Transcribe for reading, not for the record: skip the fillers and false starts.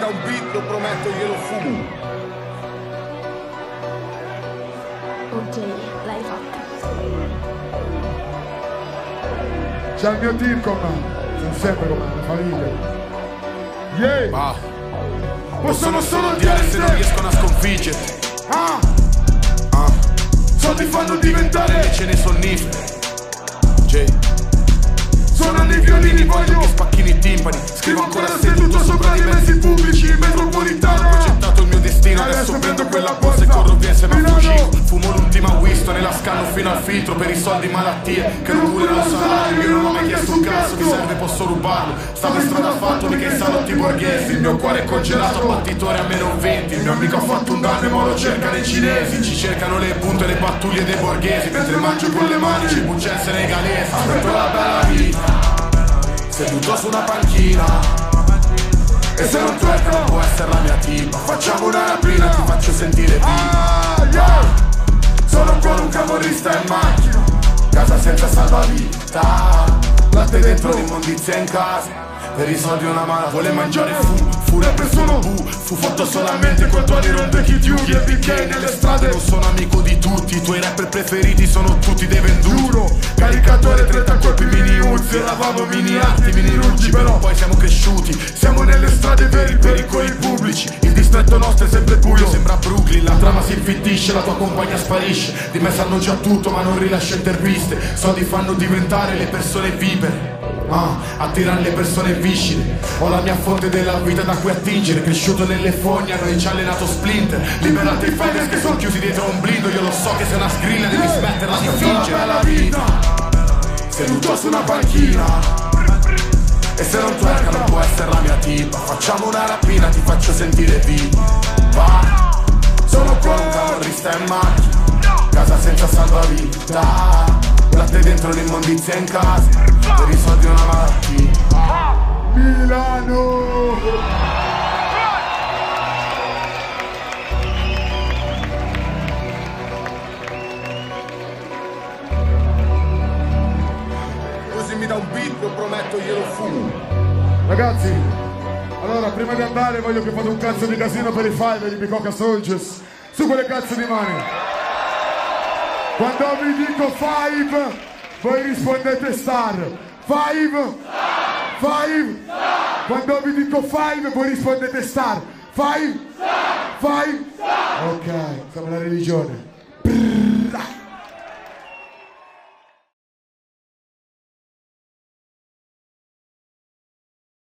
da un beat, lo prometto, glielo fumo. Ok, l'hai fatta. C'è il mio team con me, sono sempre con me, la famiglia. Yeah! Possono solo odiare se non riescono a sconfiggerti. Soldi fanno diventare le cene sonnifere. Suonano i violini, voglio che spacchino i timpani. Scrivo ancora seduto sopra i mezzi pubblici in metropolitana. Ho accettato il mio destino, adesso prendo quella borsa e corro via insieme a fucile. Fumo l'ultima Winston e la scanno fino al filtro per i soldi malattie che non curano il salario. Io non ho mai chiesto un cazzo, mi serve posso rubarlo. Stavo in strada fatto mica i salotti borghesi. Il mio cuore è congelato a battitore a meno 20. Il mio amico ha fatto un danno e mo lo cercano i cinesi. Ci cercano le punte e le pattuglie dei borghesi, mentre mangio con le mani ci bucce senegalesi. Aspetto la bella vita seduto su una panchina, e se non twerk non può essere la mia tipa. Facciamo una rapina, ti faccio sentire viva. Sono con un camorrista in macchina, casa senza salvavita, latte dentro l'immondizia in casa. Per i soldi una mala vuole mangiare fu rapper sono fu fatto solamente col tuo rompe chi chiudi e BK nelle strade. Non sono amico di tutti, i tuoi rapper preferiti sono tutti dei venduti. Caricatore 30 colpi mini uzzi, eravamo mini arti, mini ruggi, però poi siamo cresciuti. Siamo nelle strade veri pericoli pubblici. Il distretto nostro è sempre buio, sembra Brooklyn. La trama si infittisce, la tua compagna sparisce. Di me sanno già tutto ma non rilascio interviste. Soldi fanno diventare le persone vipere, attirano le persone viscide. Ho la mia fonte della vita da cui attingere. Cresciuto nelle fogne, hanno già allenato Splinter. Liberate i fighters che sono chiusi dietro un blindo. Io lo so che sei una sgrilla, devi smetterla di fingere. La vita seduto su una panchina, e se non twerk non può essere la mia tipa. Facciamo una rapina, ti faccio sentire viva. Sono con un camorrista in macchina, casa senza salvavita, latte dentro l'immondizia in casa, per i soldi una malattia. Milano! Così mi dà un beat, lo prometto, glielo fumo. Ragazzi, allora prima di andare voglio che fate un cazzo di casino per i Five di Bicocca Soldiers. Su quelle cazzo di mani. Quando vi dico five, voi rispondete star. Five? Five? Quando vi dico five, voi rispondete star. Five? Five? Ok, siamo la religione.